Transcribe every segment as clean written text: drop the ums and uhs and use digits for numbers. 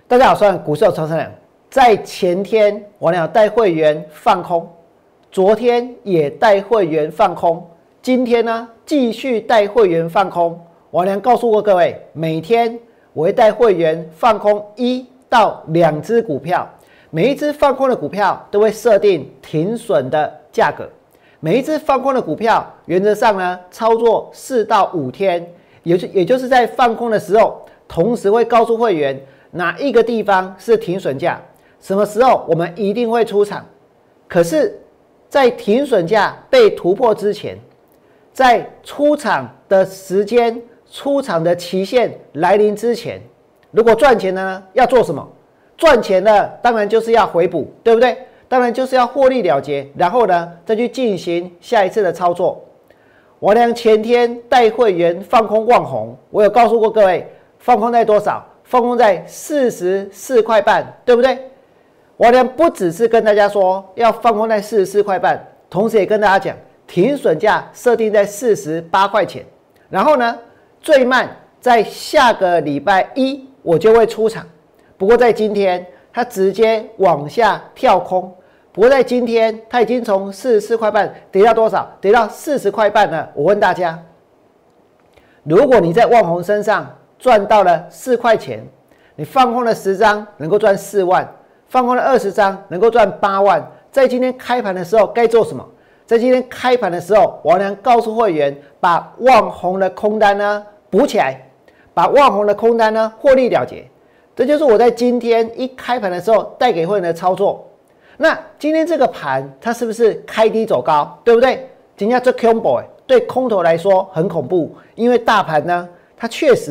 大家好，我是股市有传承人。在前天，我俩带会员放空，昨天也带会员放空，今天呢继续带会员放空。我俩告诉过各位，每天我会带会员放空1到2只股票，每一只放空的股票都会设定停损的价格。每一只放空的股票，原则上呢操作4到5天，也就是在放空的时候，同时会告诉会员哪一个地方是停损价，什么时候我们一定会出场。可是，在停损价被突破之前，在出场的时间、出场的期限来临之前，如果赚钱呢，要做什么？赚钱了，当然就是要回补，对不对？当然就是要获利了结，然后呢，再去进行下一次的操作。我俩前天带会员放空旺宏，我有告诉过各位，放空在多少？放空在44块半，对不对？我俩不只是跟大家说要放空在44块半，同时也跟大家讲，停损价设定在48块钱。然后呢，最慢在下个礼拜1我就会出场。不过在今天，它直接往下跳空。不过在今天，它已经从44块半跌到多少？跌到40块半了。我问大家，如果你在旺宏身上赚到了4块钱，你放空了10张能够赚4万，放空了20张能够赚8万。在今天开盘的时候该做什么？在今天开盘的时候，我能告诉会员，把旺宏的空单呢补起来，把旺宏的空单呢获利了结。这就是我在今天一开盘的时候带给会员的操作。那今天这个盘它是不是开低走高，对不对？今天这恐怖，对空头来说很恐怖，因为大盘呢它确实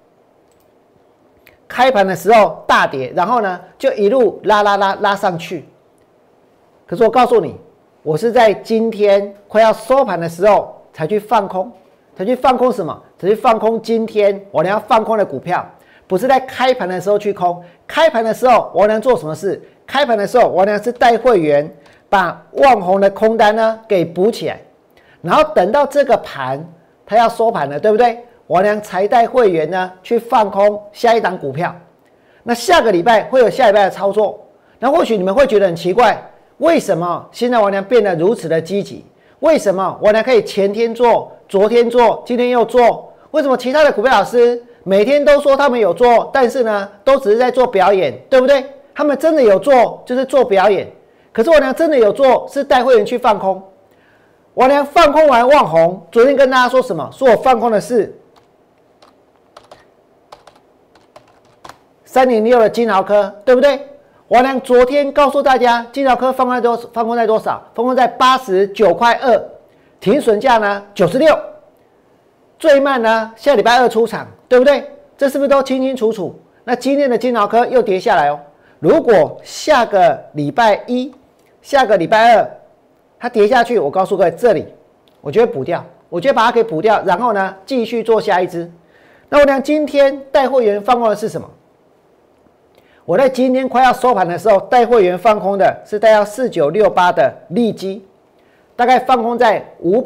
开盘的时候大跌，然后呢就一路拉上去。可是我告诉你，我是在今天快要收盘的时候才去放空，才去放空什么？才去放空今天我俩要放空的股票，不是在开盘的时候去空。开盘的时候我俩做什么事？开盘的时候我俩是带会员把旺宏的空单呢给补起来，然后等到这个盘它要收盘了，对不对？我俩才带会员呢去放空下一档股票。那下个礼拜会有下礼拜的操作。那或许你们会觉得很奇怪，为什么现在我俩变得如此的积极？为什么我俩可以前天做、昨天做、今天又做？为什么其他的股票老师每天都说他们有做，但是呢都只是在做表演，对不对？他们真的有做就是做表演，可是我俩真的有做是带会员去放空。我俩放空完旺宏，昨天跟大家说什么？说我放空的是306的金豪科，对不对？我俩昨天告诉大家，金豪科放空在多少？放空在89块2，停损价呢96，最慢呢下礼拜2出场，对不对？这是不是都清清楚楚？那今天的金豪科又跌下来哦。如果下个礼拜1、下个礼拜2它跌下去，我告诉各位，这里我就会补掉，我就把它给补掉，然后呢继续做下一支。那我俩今天带会员放空的是什么？我在今天快要收盘的时候带会员放空的是带到4968的利基，大概放空在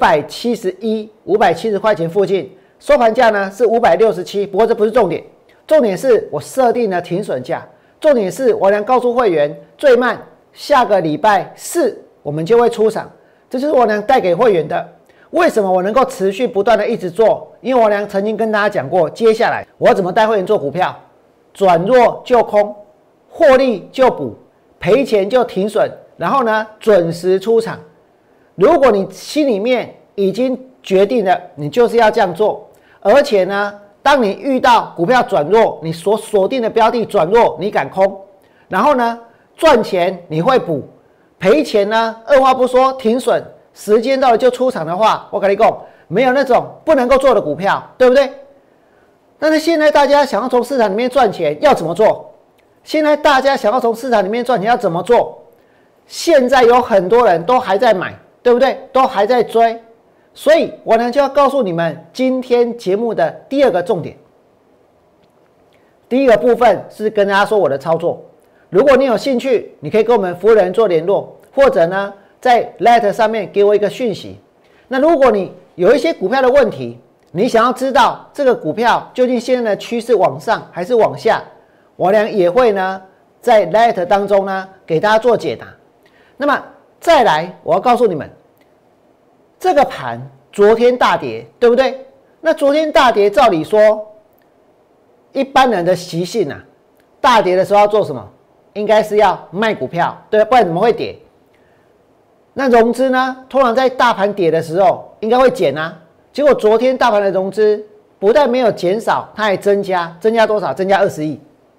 571、570块钱附近，收盘价呢是567，不过这不是重点，重点是我设定了停损价。重点是我俩告诉会员，最慢下个礼拜4我们就会出场，这就是我俩带给会员的。为什么我能够持续不断的一直做？因为我俩曾经跟大家讲过，接下来我要怎么带会员做股票，转弱就空，获利就补，赔钱就停损，然后呢准时出场。如果你心里面已经决定了，你就是要这样做，而且呢当你遇到股票转弱，你所锁定的标的转弱，你敢空，然后呢赚钱你会补，赔钱呢二话不说停损，时间到了就出场的话，我跟你讲，没有那种不能够做的股票，对不对？但是现在大家想要从市场里面赚钱要怎么做？现在大家想要从市场里面赚钱要怎么做？现在有很多人都还在买，对不对？都还在追。所以我呢就要告诉你们今天节目的第2个重点。第一个部分是跟大家说我的操作，如果你有兴趣，你可以跟我们服务人做联络，或者呢在 Line 上面给我一个讯息。那如果你有一些股票的问题，你想要知道这个股票究竟现在的趋势往上还是往下， 我俩也会呢在 Light 当中呢给大家做解答。那么再来，我要告诉你们，这个盘昨天大跌，对不对？那昨天大跌，照理说，一般人的习性啊，大跌的时候要做什么？应该是要卖股票，对，不然怎么会跌？那融资呢？通常在大盘跌的时候，应该会减啊。结果昨天大盘的融资不但没有减少，它还增加，增加多少？增加20亿，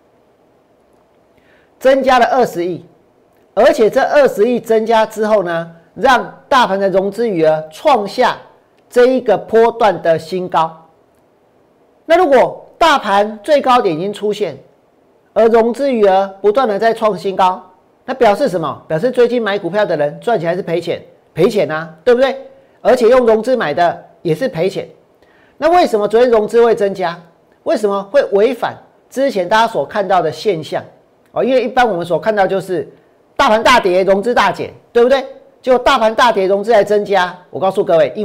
增加了20亿，而且这20亿增加之后呢，让大盘的融资余额创下这一个波段的新高。那如果大盘最高点已经出现，而融资余额不断的在创新高，那表示什么？表示最近买股票的人赚钱还是赔钱？赔钱啊，对不对？而且用融资买的也是赔钱。那为什么昨天融资会增加？为什么会违反之前大家所看到的现象？因为一般我们所看到就是大盘大跌，融资大减，对不对？结果大盘大跌，融资还增加。我告诉各位，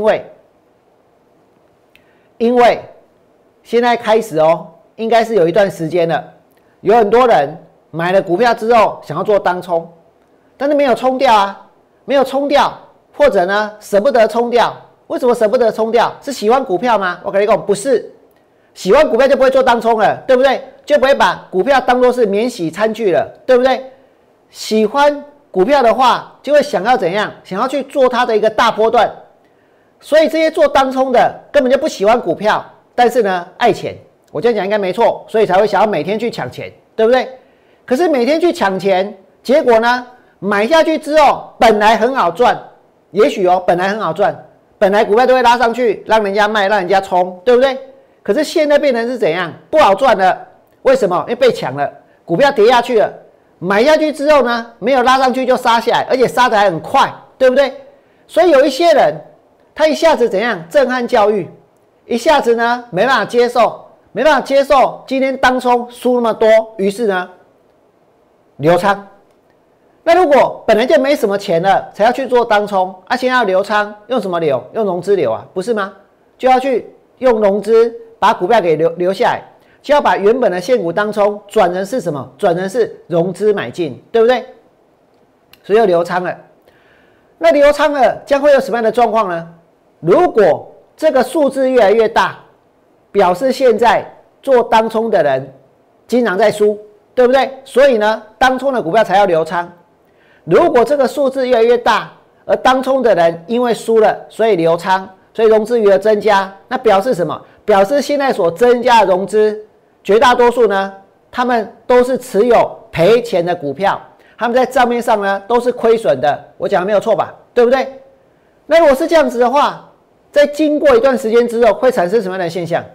因为现在开始应该是有一段时间了，有很多人买了股票之后想要做当冲，但是没有冲掉啊，没有冲掉，或者呢舍不得冲掉。为什么舍不得冲掉？是喜欢股票吗？我跟你讲，不是，喜欢股票就不会做当冲了，对不对？就不会把股票当作是免洗餐具了，对不对？喜欢股票的话，就会想要怎样？想要去做它的一个大波段。所以这些做当冲的根本就不喜欢股票，但是呢爱钱。我这样讲应该没错，所以才会想要每天去抢钱，对不对？可是每天去抢钱，结果呢买下去之后本来很好赚，也许本来很好赚，本来股票都会拉上去，让人家卖，让人家冲，对不对？可是现在变成是怎样？不好赚了。为什么？因为被抢了，股票跌下去了，买下去之后呢没有拉上去就杀下来，而且杀得还很快，对不对？所以有一些人他一下子怎样？震撼教育，一下子呢没办法接受今天当冲输那么多，于是呢留仓。那如果本来就没什么钱了，才要去做当冲，现在要留仓，用什么留？用融资留啊，不是吗？就要去用融资把股票给留下来，就要把原本的现股当冲转成是什么？转成是融资买进，对不对？所以又留仓了。那留仓了将会有什么样的状况呢？如果这个数字越来越大，表示现在做当冲的人经常在输，对不对？所以呢当冲的股票才要留仓。如果这个数字越来越大，而当冲的人因为输了所以留仓，所以融资余额增加，那表示什么？表示现在所增加的融资绝大多数呢他们都是持有赔钱的股票，他们在账面上呢都是亏损的。我讲的没有错吧？对不对？那如果是这样子的话，在经过一段时间之后会产生什么样的现象？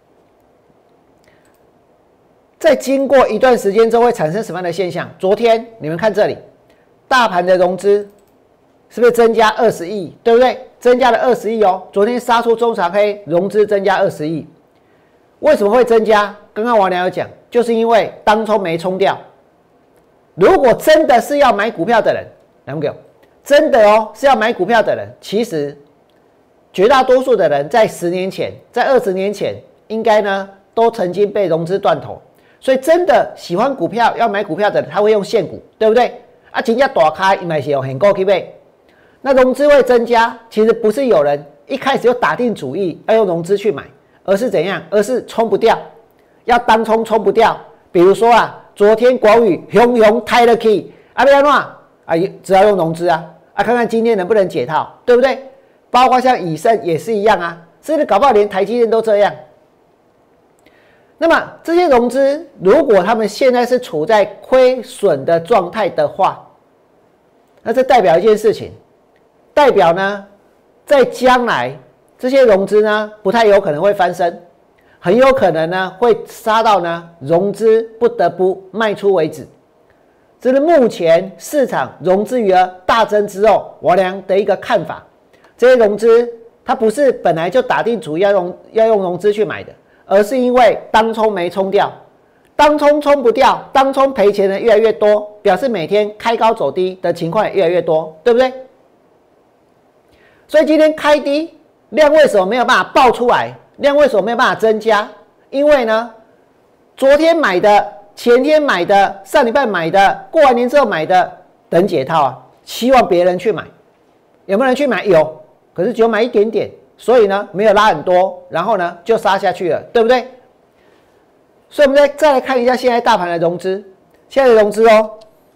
在经过一段时间之后会产生什么样的现象？昨天你们看这里，大盘的融资是不是增加20亿？对不对？增加了20亿昨天杀出中长黑，融资增加20亿。为什么会增加？刚刚王良有讲，就是因为当冲没冲掉。如果真的是要买股票的人，来不给我，真的是要买股票的人，其实绝大多数的人在10年前，在20年前，应该呢都曾经被融资断头。所以真的喜欢股票要买股票的人，他会用现股，对不对？真正大开买是很高去买，那融资会增加，其实不是有人一开始就打定主意要用融资去买，而是怎样？而是冲不掉，要当冲冲不掉。比如说昨天广宇熊抬了起，要怎么只要用融资看看今天能不能解套，对不对？包括像以盛也是一样甚至搞不好连台积电都这样。那么这些融资，如果他们现在是处在亏损的状态的话，那这代表一件事情，代表呢，在将来这些融资呢，不太有可能会翻身，很有可能呢会杀到呢融资不得不卖出为止。这是目前市场融资余额大增之后，我俩的一个看法。这些融资它不是本来就打定主意要用融资去买的。而是因为当冲没冲掉，当冲冲不掉，当冲赔钱的越来越多，表示每天开高走低的情况也越来越多，对不对？所以今天开低，量为什么没有办法爆出来？量为什么没有办法增加？因为呢，昨天买的前天买的、上礼拜买的、过完年之后买的，等解套啊，希望别人去买，有没有人去买？有，可是只有买一点点，所以呢没有拉很多，然后呢就杀下去了，对不对？所以我们再来看一下现在大盘的融资，现在的融资哦，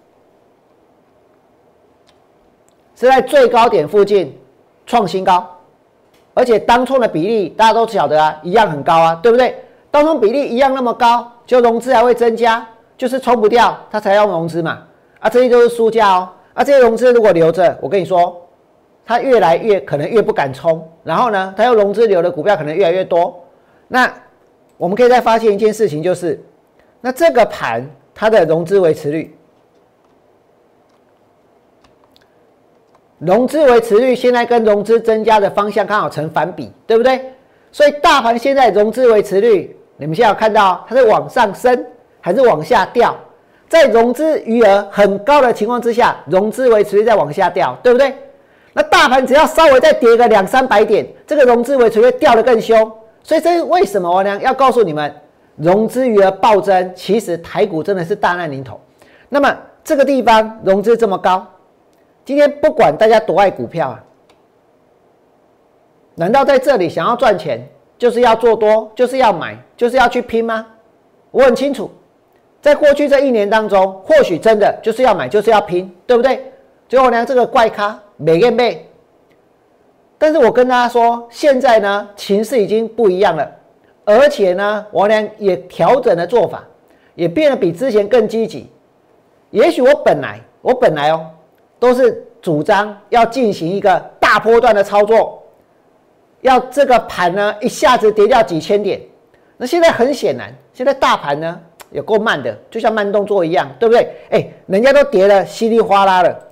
是在最高点附近创新高，而且当冲的比例大家都晓得啊，一样很高啊，对不对？当冲比例一样那么高，就融资还会增加，就是冲不掉，它才要融资嘛。啊，这些都是输家哦。啊，这些融资如果留着，我跟你说，它越来越可能越不敢冲，然后呢，它要融资流的股票可能越来越多。那我们可以再发现一件事情，就是那这个盘它的融资维持率。融资维持率现在跟融资增加的方向刚好成反比，对不对？所以大盘现在融资维持率，你们现在有看到它是往上升还是往下掉？在融资余额很高的情况之下，融资维持率在往下掉，对不对？那大盘只要稍微再跌个200-300点，这个融资维持率掉得更凶。所以这是为什么我呢要告诉你们，融资余额暴增，其实台股真的是大难临头。那么这个地方融资这么高。今天不管大家多爱股票啊，难道在这里想要赚钱，就是要做多，就是要买，就是要去拼吗？我很清楚，在过去这1年当中，或许真的就是要买，就是要拼，对不对？结果呢，这个怪咖没跟背。但是我跟大家说，现在呢，情势已经不一样了，而且呢，我呢也调整了做法，也变得比之前更积极。也许我本来哦。都是主张要进行一个大波段的操作，要这个盘呢一下子跌掉几千点。那现在很显然，现在大盘呢有够慢的，就像慢动作一样，对不对？人家都跌了稀里哗啦了。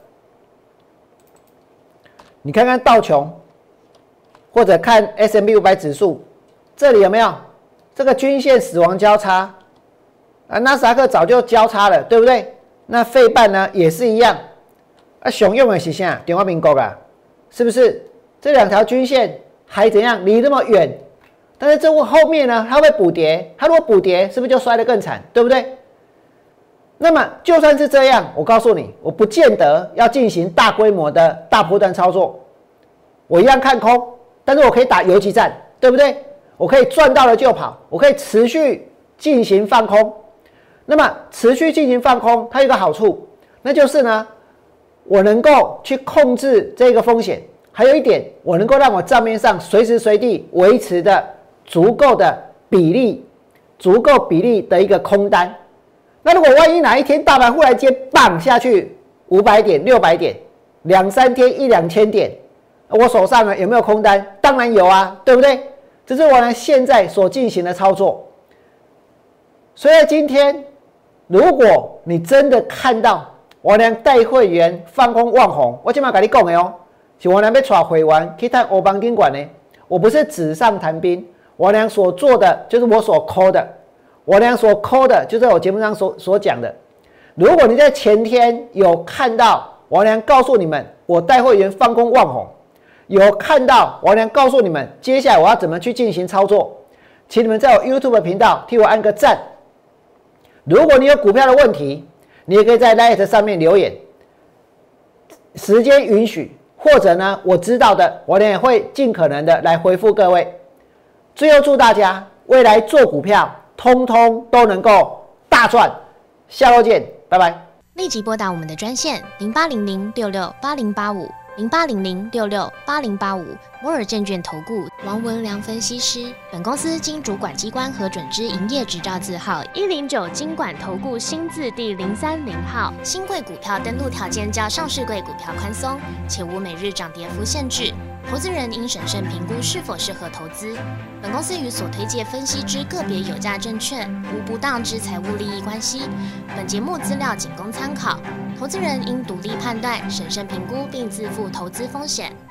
你看看道琼，或者看 S&P 500指数，这里有没有这个均线死亡交叉？啊，纳斯达克早就交叉了，对不对？那费半呢也是一样。熊用的是啥？中华民国啊，是不是？这2条均线还怎样？离那么远，但是这后面呢，它会补跌。它如果补跌，是不是就摔得更惨？对不对？那么就算是这样，我告诉你，我不见得要进行大规模的大波段操作，我一样看空，但是我可以打游击战，对不对？我可以赚到了就跑，我可以持续进行放空。那么持续进行放空，它有一个好处，那就是呢。我能够去控制这个风险，还有一点，我能够让我账面上随时随地维持的足够的比例，足够比例的一个空单。那如果万一哪一天大盘忽然间棒下去500点、600点，2-3天1-2千点，我手上呢有没有空单？当然有啊，对不对？这是我呢现在所进行的操作。所以今天，如果你真的看到，我俩带会员放空旺宏，我今晚跟你讲的哦，是我俩要带会员去看欧邦宾馆呢。我不是纸上谈兵，我俩所做的就是我所抠的，我俩所抠的就是我节目上所讲的。如果你在前天有看到我俩告诉你们，我带会员放空旺宏，有看到我俩告诉你们接下来我要怎么去进行操作，请你们在我 YouTube 频道替我按个赞。如果你有股票的问题，你也可以在 Line 上面留言，时间允许，或者呢，我知道的，我也会尽可能的来回复各位。最后祝大家未来做股票，通通都能够大赚。下周见，拜拜。 立即拨打我们的专线08006680850800668085摩尔证券投顾王文良分析师。本公司经主管机关核准之营业执照字号109金管投顾新字第030号。新贵股票登录条件较上市贵股票宽松，且无每日涨跌幅限制。投资人应审慎评估是否适合投资。本公司与所推介分析之个别有价证券无不当之财务利益关系。本节目资料仅供参考，投资人应独立判断、审慎评估并自负投资风险。